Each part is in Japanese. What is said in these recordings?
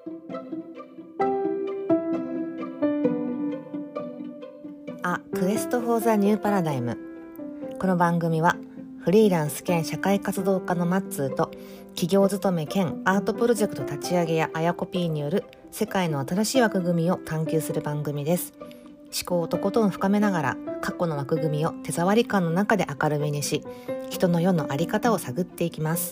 クエストフォーザニューパラダイム。この番組はフリーランス兼社会活動家のマッツーと企業勤め兼アートプロジェクト立ち上げやあやこ P による世界の新しい枠組みを探求する番組です。思考をとことん深めながら過去の枠組みを手触り感の中で明るみにし、人の世の在り方を探っていきます。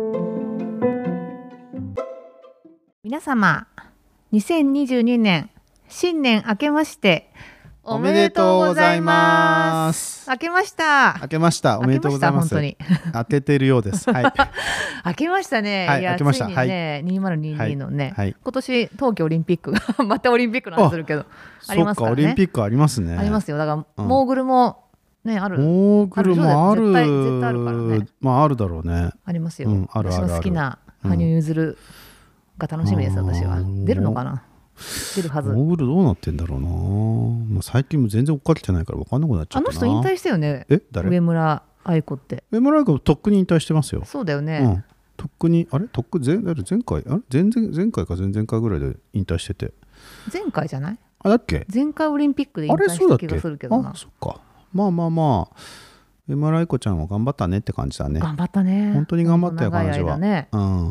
皆様、2022年新年明けましておめでとうございます。明けました。 明けました。おめでとうございます。 本当に当ててるようです。はい。 明けましたね。 はい、 いや、 明けました。 ついにね、2022のね、 はい、 今年冬季オリンピックがまたオリンピックなんするけどありますからね。 そうか、オリンピックありますね。 ありますよ。だからモーグルもね、ある。 モーグルもある。 絶対あるからね。 まああるだろうね。 ありますよ。 あるあるある。 私の好きな羽生結弦が楽しみです。私は出るのかな。出るはず。 モーグルどうなってんだろうな。もう最近も全然追っかけてないから分かんなくなっちゃったな。 あの人引退したよね。 誰？ 上村愛子って。 上村愛子とっくに引退してますよ。 そうだよね。 とっくに前回前回か前々回ぐらいで引退してて。 前回じゃない？ だっけ？ 前回オリンピックで引退した気がするけどな。 そっか。まあ上村愛子ちゃんは頑張ったねって感じだね。 頑張ったね。 本当に頑張ったよ彼女は。 ね。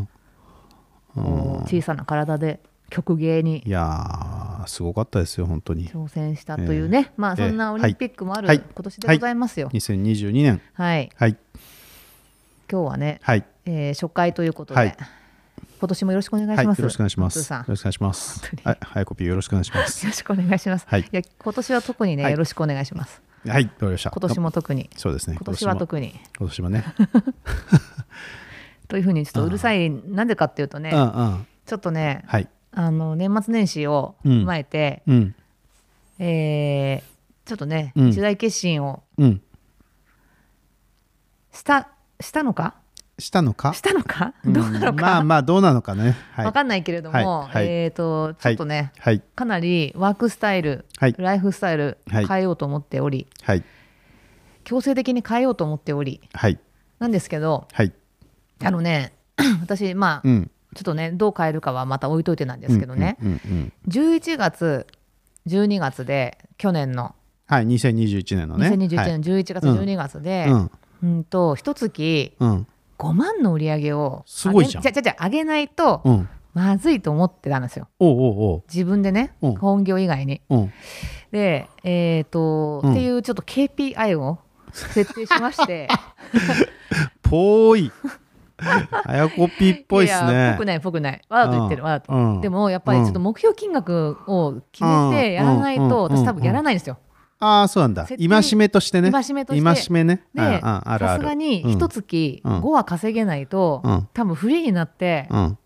小さな体で曲芸に。 いやすごかったですよ本当に。 挑戦したというね。まあそんなオリンピックもある今年でございますよ。 2022年。 はい。 はい。 今日はね。 はい。 初回ということで。今年もよろしくお願いします。 よろしくお願いします。よろしくお願いします。はい、はやこぴーよろしくお願いします。 よろしくお願いします。いや今年は特にねよろしくお願いします。 はい、わかりました。 今年も特に。 そうですね。 今年は特に。 今年もね。 というふうにちょっとうるさいなんでかっていうとね、ちょっとね、年末年始を踏まえて、ちょっとね一大決心をしたのかどうなのか、 まあどうなのかね、 分かんないけれども、ちょっとね、かなりワークスタイル、ライフスタイル変えようと思っており、強制的に変えようと思っており、なんですけど、私ちょっとねどう変えるかはまた置いといてなんですけどね、11月12月で去年の 2021年のね 2021年11月12月で一月5万の売り上げを上げないとまずいと思ってたんですよ。自分でね、本業以外に。で、っていうちょっと KPI を設定しましてぽいあやこぴっぽいっすね。 ぽくないわざと言ってるわざと。でもやっぱりちょっと目標金額を決めてやらないと私多分やらないんですよ。 そうなんだ。戒めとしてね。戒めね。 で、さすがに一月5は稼げないと、多分フリーになって、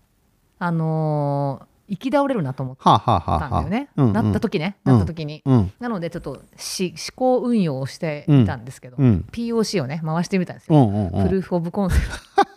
行き倒れるなと思ったんだよね。なった時に。なのでちょっと思考運用をしてみたんですけど、POC をね回してみたんですよ。プルーフオブコンセプ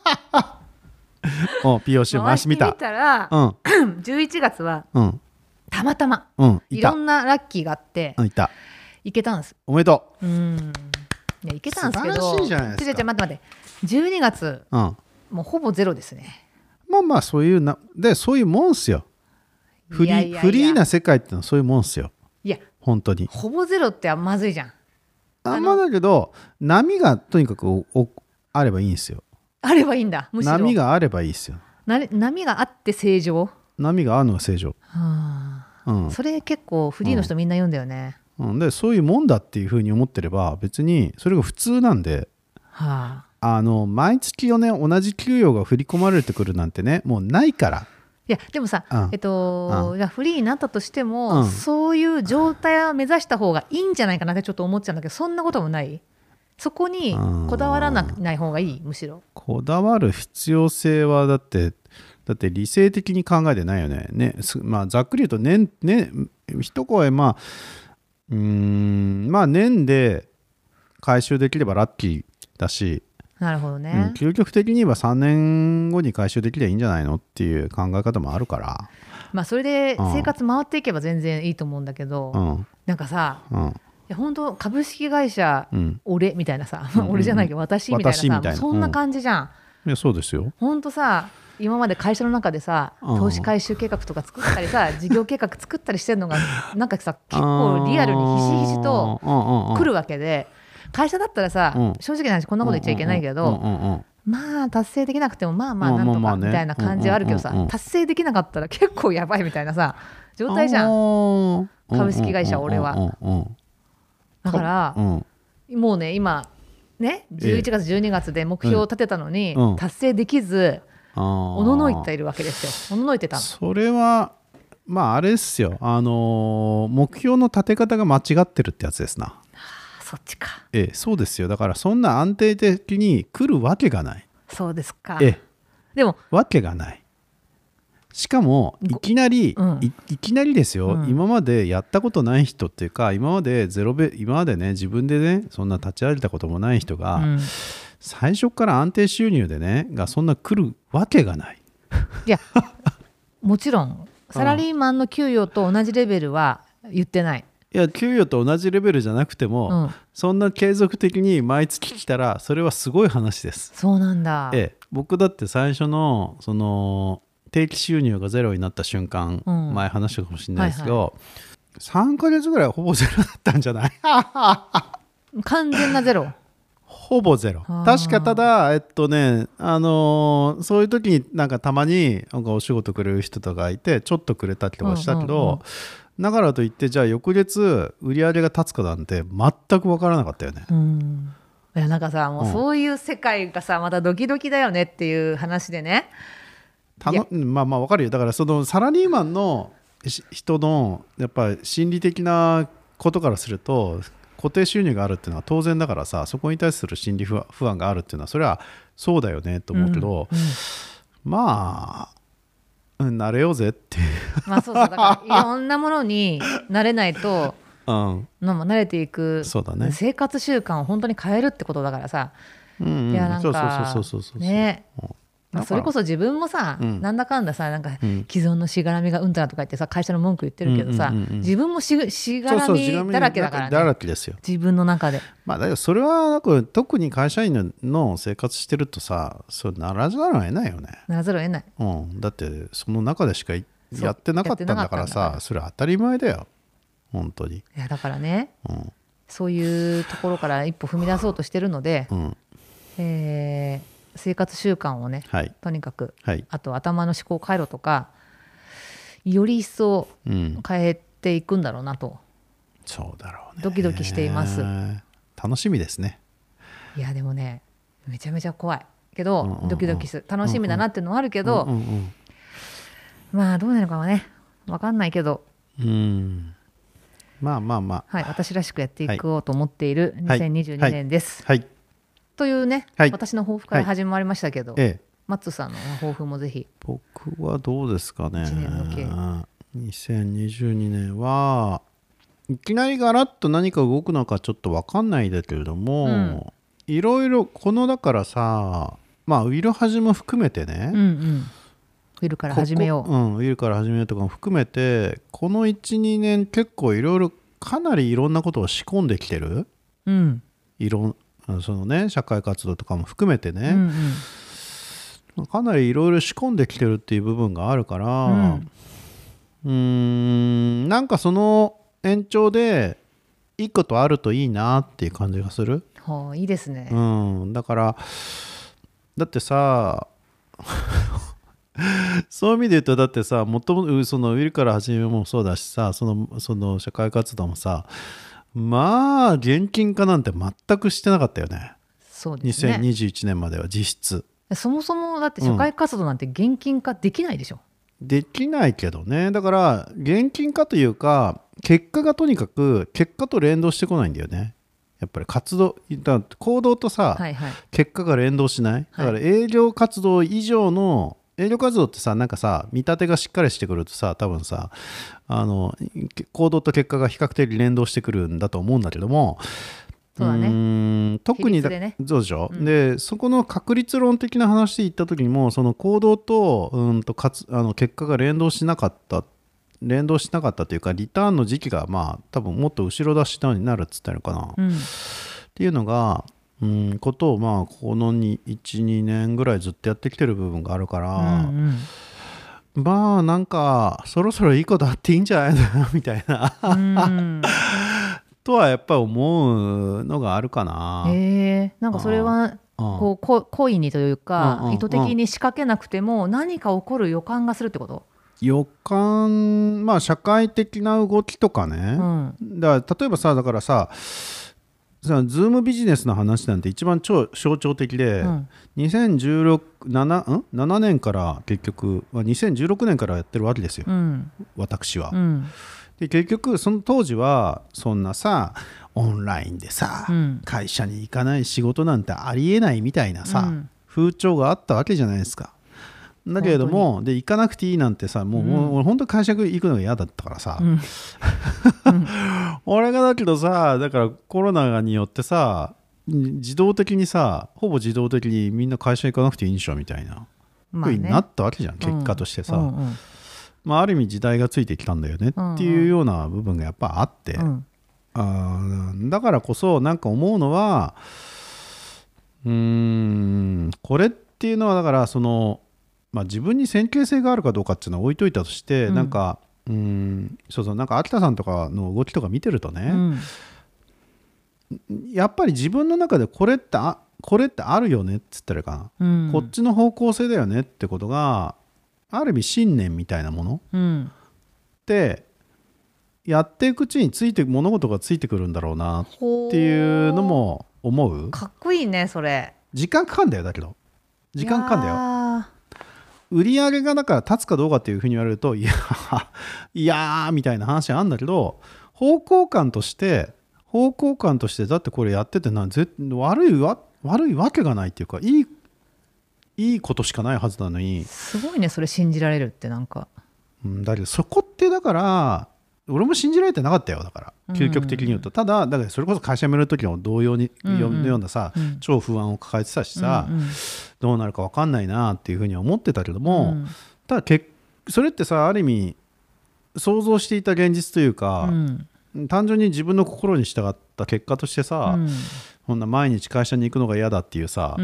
ト。 POC を回してみた。 回してみたら、11月はたまたまいろんなラッキーがあって。いけたんです。 おめでとう。 いけたんですけど、 素晴らしいじゃないですか。 待って12月、もうほぼゼロですね。 まあそういうもんっすよ。フリーな世界ってのはそういうもんっすよ。いや本当にほぼゼロってまずいじゃん。 だけど波がとにかくあればいいんですよ。 あればいいんだ。むしろ波があればいいですよ。 波があって正常。 波があるのが正常。 それ結構フリーの人みんな言うんだよね。 でそういうもんだっていうふうに思ってれば別にそれが普通なんで、毎月をね同じ給与が振り込まれてくるなんてねもうないから。 いやでもさ、フリーになったとしても、そういう状態を目指した方がいいんじゃないかなってちょっと思っちゃうんだけど、そんなこともない。そこにこだわらない方がいい。むしろこだわる必要性はだって理性的に考えてないよね。ざっくり言うと一声年で回収できればラッキーだし、 なるほどね、 究極的に言えば3年後に回収できればいいんじゃないのっていう考え方もあるから、 それで生活回っていけば全然いいと思うんだけど、なんかさ、いや本当株式会社、俺みたいなさ、俺じゃないけど私みたいなさ、そんな感じじゃん。 いやそうですよ。 本当さ今まで会社の中でさ、投資回収計画とか作ったりさ、事業計画作ったりしてるのがなんかさ、結構リアルにひしひしと来るわけで、会社だったらさ、正直な話こんなこと言っちゃいけないけど、まあ達成できなくてもまあまあなんとかみたいな感じはあるけどさ、達成できなかったら結構やばいみたいなさ状態じゃん、株式会社俺は。だからもうね今ね11月12月で目標を立てたのに達成できずおののいているわけですよ。おののいてたの。 それはまああれですよ、目標の立て方が間違ってるってやつですな。 そっちか。 そうですよ。だからそんな安定的に来るわけがない。 そうですか。 でもわけがない。しかもいきなり、いきなりですよ、今までやったことない人っていうか、今までね自分でねそんな立ち上げたこともない人が、最初から安定収入でねがそんな来るわけがない。 いやもちろんサラリーマンの給与と同じレベルは言ってない。 いや給与と同じレベルじゃなくても、そんな継続的に毎月来たらそれはすごい話です。 そうなんだ。 僕だって最初のその定期収入がゼロになった瞬間、前話したかもしれないですけど、3ヶ月ぐらいほぼゼロだったんじゃない完全なゼロ。 ほぼゼロ。確かただそういう時になんかたまになんかお仕事くれる人とかいてちょっとくれたりとかしたけど、だからといってじゃあ翌月売り上げが立つかなんて全く分からなかったよね。 いやなんかさもうそういう世界がさまたドキドキだよねっていう話でね。 まあまあ分かるよ。だからそのサラリーマンの人のやっぱり心理的なことからすると固定収入があるっていうのは当然だからさ、そこに対する心理不安があるっていうのはそれはそうだよねと思うけど、まあ慣れようぜっていうまあそうだからいろんなものに慣れないと、慣れていく、生活習慣を本当に変えるってことだからさ、いやなんかね、それこそ自分もさ、なんだかんださなんか既存のしがらみがうんたらとか言ってさ会社の文句言ってるけどさ、自分もしがらみだらけだからね。 だらけですよ自分の中で。 まあだけどそれはなんか特に会社員の生活してるとさ、それならざるを得ないよね。 ならざるを得ない。 だってその中でしかやってなかったんだからさ、それは当たり前だよ本当に。いやだからね、そういうところから一歩踏み出そうとしてるので、生活習慣をね、とにかく、あと頭の思考回路とかより一層変えていくんだろうなと、 そうだろうね、 ドキドキしています。 楽しみですね。 いやでもねめちゃめちゃ怖いけど、ドキドキする、楽しみだなっていうのはあるけど、まあどうなるかはね分かんないけど、まあまあまあ、私らしくやっていこうと思っている2022年です。というね、私の抱負から始まりましたけど、マッツさんの抱負もぜひ。 僕はどうですかね。2022年はいきなりガラッと何か動くのかちょっと分かんないだけれども、いろいろこのだからさ、まあウィルハジも含めてね、 ウィルから始めよう、 ウィルから始めようとかも含めてこの 1,2 年結構いろいろかなりいろんなことを仕込んできてる、そのね社会活動とかも含めてね、かなりいろいろ仕込んできてるっていう部分があるから、なんかその延長でいいことあるといいなっていう感じがする。 いいですね。 だからだってさそういう意味で言うとだってさ、もともとそのウィルから始めもそうだしさ、その社会活動もさ、まあ現金化なんて全くしてなかったよね。 そうですね。 2021年までは実質。 そもそもだって社会活動なんて現金化できないでしょ。 できないけどね。だから現金化というか結果がとにかく結果と連動してこないんだよね。やっぱり行動とさ、結果が連動しない。だから営業活動以上の営業活動ってさ、なんかさ見立てがしっかりしてくるとさ、多分さ行動と結果が比較的連動してくるんだと思うんだけども、 そうだね、 特にそうでしょ、でそこの確率論的な話で言った時にも、その行動と結果が連動しなかったというか、リターンの時期がまあ多分もっと後ろ出しになるっつったのかな、っていうのがことをまあこの 1,2 年ぐらいずっとやってきてる部分があるから、まあなんかそろそろいいことあっていいんじゃないのみたいなとはやっぱり思うのがあるかな。 なんかそれはこう故意にというか、意図的に仕掛けなくても何か起こる予感がするってこと？ 予感、まあ社会的な動きとかね、だから例えばさ、だからさズームビジネスの話なんて一番象徴的で、2016-7年から結局2016年からやってるわけですよ、私は、で結局その当時はそんなさオンラインでさ、会社に行かない仕事なんてありえないみたいなさ、風潮があったわけじゃないですか。だけれどもで行かなくていいなんてさ、もう本当に会社行くのが嫌だったからさ、俺がだけどさ、だからコロナによってさ自動的にさ、ほぼ自動的にみんな会社行かなくていいんでしょみたいなふうになったわけじゃん、結果としてさ、ある意味時代がついてきたんだよねっていうような部分がやっぱあって、だからこそなんか思うのはこれっていうのはだからその自分に先見性があるかどうかっていうのは置いといたとして、なんかなんか秋田さんとかの動きとか見てるとね、やっぱり自分の中でこれってあるよねっつったらいいかな、こっちの方向性だよねってことがある意味信念みたいなもの、ってやっていくうちに物事がついてくるんだろうなっていうのも思う。 かっこいいねそれ。 時間かかんだよ。だけど時間かかんだよ。売り上げがだから立つかどうかっていうふうに言われるといやみたいな話あるんだけど、方向感としてだってこれやってて悪いわけがないっていうか、いいことしかないはずなのに。 すごいねそれ、信じられるってなんか、 だけどそこってだから俺も信じられてなかったよ。だから究極的に言うと、ただだからそれこそ会社辞める時も同様に、のようなさ、超不安を抱えてたしさ、どうなるか分かんないなっていうふうには思ってたけども、ただそれってさ、ある意味想像していた現実というか、単純に自分の心に従った結果としてさ、こんな毎日会社に行くのが嫌だっていうさ、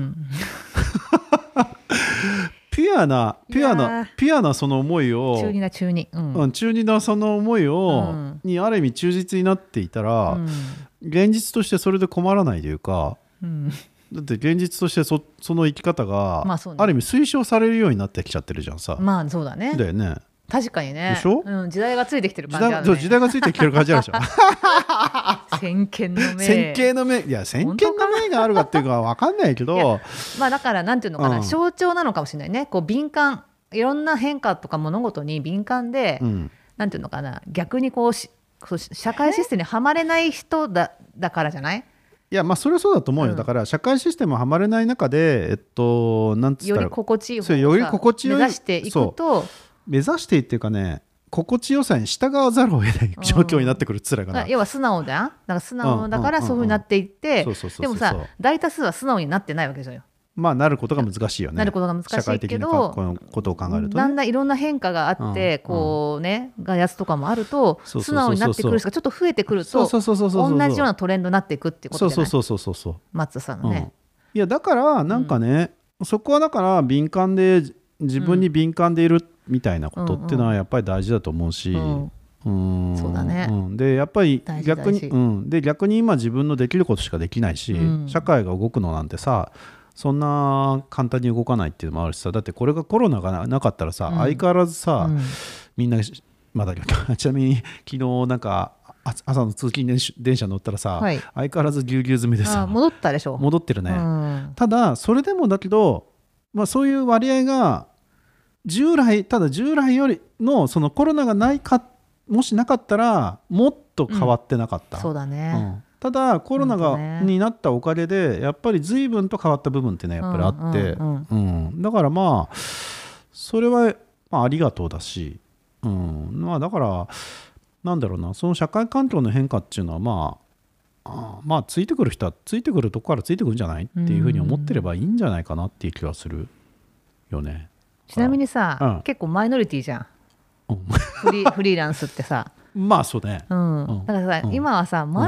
ピュアなその思いを中二なその思いを、にある意味忠実になっていたら、現実としてそれで困らないというか、だって現実としてその生き方が、ある意味推奨されるようになってきちゃってるじゃんさ。 そうだね。 だよね。 確かにね。 でしょ？ 時代がついてきてる感じあるね。 時代がついてきてる感じあるでしょ。 先見の明。 いや先見の明があるかっていうか分かんないけど、 だからなんていうのかな、象徴なのかもしれないね。こう敏感、いろんな変化とか物事に敏感で、なんていうのかな、逆にこう社会システムにはまれない人だからじゃない？ いやそれはそうだと思うよ。だから社会システムはまれない中で、なんつったらより心地いい方を目指していくと、 目指していっていうかね、心地よさに従わざるを得ない状況になってくるっつらかな。 要は素直だ。だから素直だからそういうふうになっていって、でもさ大多数は素直になってないわけですよ。 なることが難しいよね。 なることが難しいけど、 社会的なこのことを考えると、 だんだんいろんな変化があって、こうねがやつとかもあると、素直になってくる人がちょっと増えてくると、同じようなトレンドになっていくってことじゃない？松田さんのね。 いやだからなんかね、そこはだから自分に敏感でいるみたいなことっていうのはやっぱり大事だと思うし、 そうだね。 でやっぱり逆に今自分のできることしかできないし、社会が動くのなんてさそんな簡単に動かないっていうのもあるしさ、だってこれがコロナがなかったらさ、相変わらずさ、みんなちなみに昨日なんか朝の通勤電車乗ったらさ、相変わらずぎゅうぎゅう詰めでさ、 戻ったでしょ。 戻ってるね。ただそれでもだけど、そういう割合が従来よりのそのコロナがもしなかったらもっと変わってなかった。 そうだね。 ただコロナになったおかげでやっぱり随分と変わった部分ってねやっぱりあって、だからそれはありがとうだし、だからなんだろうな、その社会環境の変化っていうのはついてくる人はついてくるとこからついてくるんじゃないっていうふうに思ってればいいんじゃないかなっていう気はするよね。 ちなみにさ、結構マイノリティじゃん、フリーランスってさ。 そうね。 だからさ、今はさマイノリ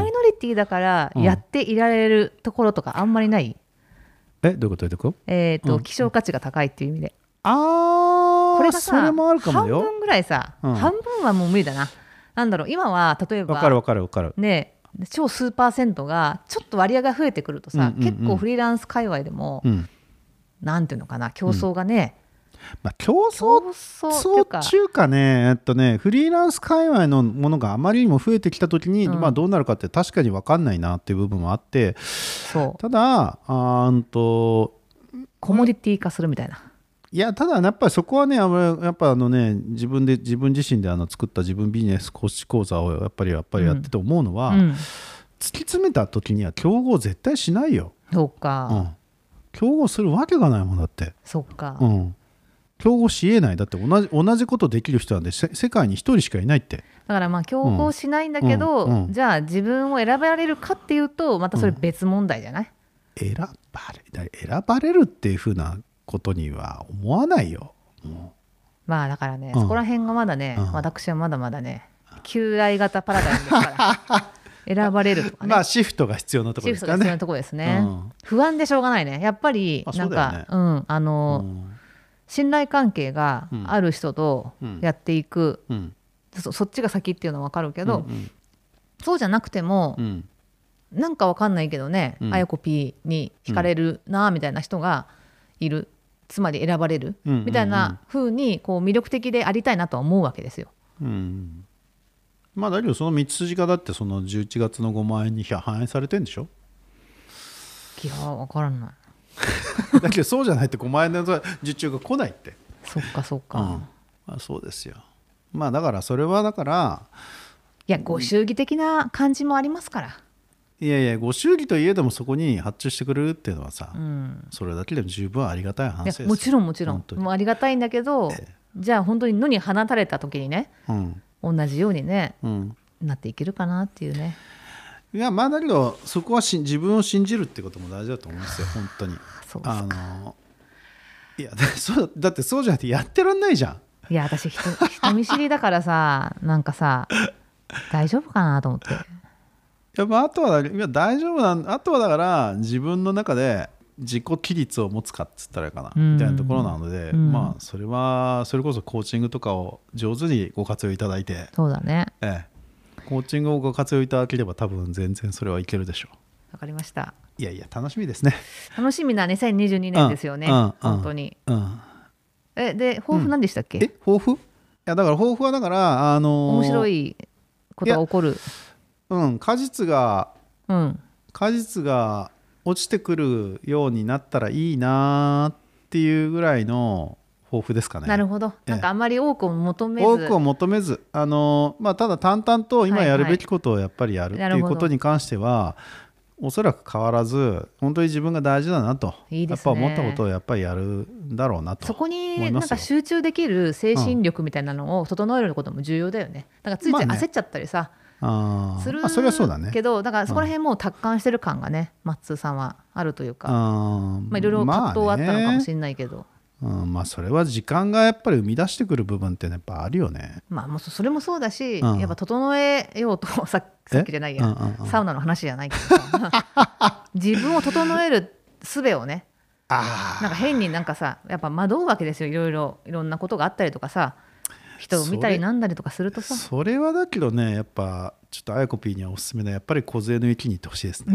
ティだからやっていられるところとかあんまりない？ どういうことどういうこと？希少価値が高いっていう意味で。 これがさ、それもあるかもよ。 半分ぐらいさ、半分はもう無理だな。なんだろう、今は例えばわかるね、超数パーセントがちょっと割合が増えてくるとさ、結構フリーランス界隈でも、なんていうのかな、競争がね、 競争中かね、フリーランス界隈のものがあまりにも増えてきたときに、どうなるかって確かに分かんないなっていう部分もあって、ただコモディティ化するみたいな。 いや、ただやっぱりそこはね、やっぱ自分自身で作った自分ビジネス講師講座をやっぱりやってて思うのは、突き詰めた時には競合絶対しないよ。 そうか、 競合するわけがないもんだって。 そうか、 競合しえない。だって同じことできる人なんで世界に一人しかいないって。 だから競合しないんだけど、じゃあ自分を選ばれるかっていうとまたそれ別問題じゃない？ 選ばれるっていう風なことには思わないよ。 だからね、そこら辺がまだね、私はまだまだね、旧来型パラダイムですから選ばれるとかね、 シフトが必要なところですかね。 シフトが必要なところですね、不安でしょうがないね。やっぱりなんか、信頼関係がある人とやっていく、そっちが先っていうのは分かるけど、そうじゃなくても、なんか分かんないけどね、あやこ P に惹かれるなみたいな人がいる、つまり選ばれるみたいな風に魅力的でありたいなとは思うわけですよ。 だけどその道筋がだってその11月の5万円に反映されてるんでしょ？ いや分からないだけどそうじゃないって5万円の受注が来ないって。 そっかそっか、 そうですよ。だからそれはだから、 いやご祝儀的な感じもありますから。 いやご祝儀といえどもそこに発注してくれるっていうのはさ、それだけでも十分ありがたい話ですよ。 もちろんもうありがたいんだけど、じゃあ本当に野に放たれた時にね、同じようにね、なっていけるかなっていうね。 いやだけどそこは自分を信じるってことも大事だと思うんですよ本当に。 そうですか。 いやだってそうじゃなくてやってらんないじゃん。 いや私人見知りだからさなんかさ大丈夫かなと思って。 あとは大丈夫あとはだから自分の中で自己規律を持つかっつったらいいかな、みたいなところなので、それはそれこそコーチングとかを上手にご活用いただいて。 そうだね、 コーチングをご活用いただければ多分全然それはいけるでしょう。 わかりました。 いや楽しみですね。 楽しみな2022年ですよね、本当に。で抱負何でしたっけ？ 抱負？いやだから抱負はだから面白いことが起こる。 果実が落ちてくるようになったらいいなっていうぐらいの抱負ですかね。 なるほど。なんかあんまり多くを求めずただ淡々と今やるべきことをやっぱりやるっていうことに関しては、おそらく変わらず本当に自分が大事だなと、 いいですね、 やっぱ思ったことをやっぱりやるんだろうなと。 そこになんか集中できる精神力みたいなのを整えることも重要だよね。だからついつい焦っちゃったりさ、するそれはそうだね。 けどだからそこら辺もう達観してる感がね、マッツーさんはあるというか、いろいろ葛藤はあったのかもしれないけど、 それは時間がやっぱり生み出してくる部分ってやっぱあるよね。 もうそれもそうだし、やっぱ整えようとさっきじゃないや、サウナの話じゃないけど自分を整える術をね、なんか変になんかさやっぱ惑うわけですよ。いろんなことがあったりとかさ、人を見たりなんだりとかするとさ、 それはだけどね、やっぱちょっとあやこ P にはおすすめなやっぱり梢の雪に行ってほしいですね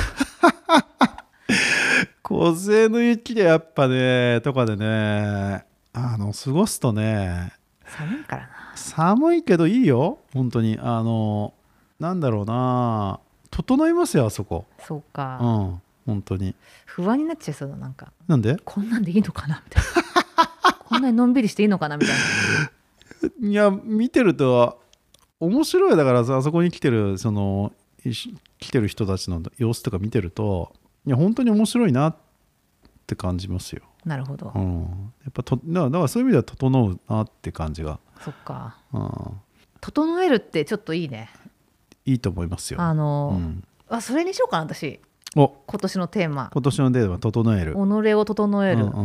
梢の雪でやっぱねとかでね過ごすとね、 寒いからな。 寒いけどいいよ本当に。なんだろうな、整いますよあそこ。 そうか、 本当に不安になっちゃいそうだ。 なんでこんなんでいいのかなみたいなこんなにのんびりしていいのかなみたいな。 いや見てると面白い。だからさ、あそこに来てる人たちの様子とか見てると、いや本当に面白いなって感じますよ。 なるほど、 やっぱだからそういう意味では整うなって感じが。 そっか、整えるってちょっといいね。 いいと思いますよ。 それにしようかな私。 今年のテーマは整える。 己を整える、己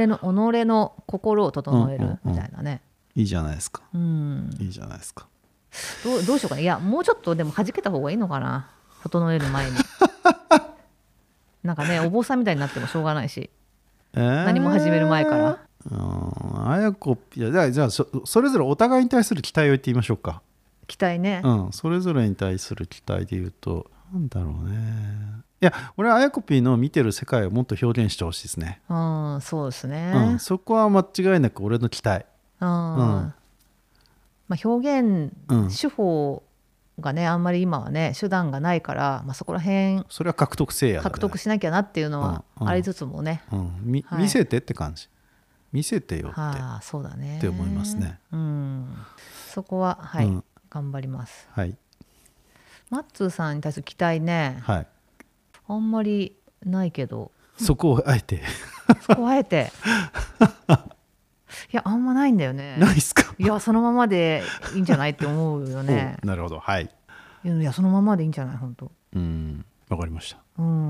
の心を整えるみたいなね。 いいじゃないですか。 いいじゃないですか。 どうしようかな。いやもうちょっとでも弾けた方がいいのかな、整える前になんかねお坊さんみたいになってもしょうがないし、何も始める前から。 あやこじゃあ それぞれお互いに対する期待を言ってみましょうか。 期待ね、 それぞれに対する期待で言うとなんだろうね。いや俺はあやこぴーの見てる世界をもっと表現してほしいですね。 そうですね、 そこは間違いなく俺の期待。 まあ、表現、手法がねあんまり今はね手段がないから、そこら辺それは獲得せいや、ね、 獲得しなきゃなっていうのはありつつもね、 見せてって感じ、見せてよって、 そうだねって思いますね。 そこは頑張ります。マッツーさんに対する期待ね、あんまりないけど、 そこをあえていやあんまないんだよね。 ないっすか。 いやそのままでいいんじゃないって思うよね。 なるほど、はい。 いやそのままでいいんじゃない本当。 わかりました。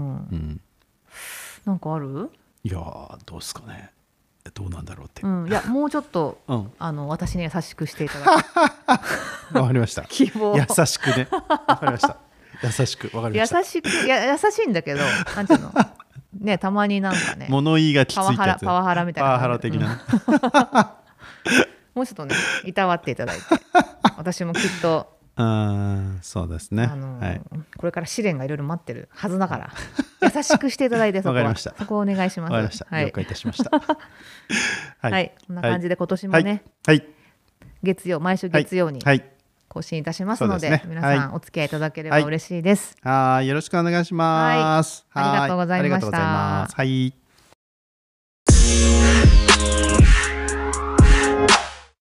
なんかある？ いやどうですかね。どうなんだろうって。 いやもうちょっと、私に優しくしていただく。 わかりました。 希望。 優しくね。わかりました。優しくわかりました。 優しいんだけど、なんていうの。ね、たまになんかね物言いがきついってやつ、 パワハラみたいな、 パワハラ的な、 もうちょっとねいたわっていただいて私もきっとそうですね、 これから試練がいろいろ待ってるはずだから優しくしていただいてそこはそこをお願いします。 わかりました、了解いたしましたはい、こんな感じで今年もね、毎週月曜に更新いたしますので、皆さんお付き合いいただければ嬉しいです。 よろしくお願いします。 ありがとうございました。 はい。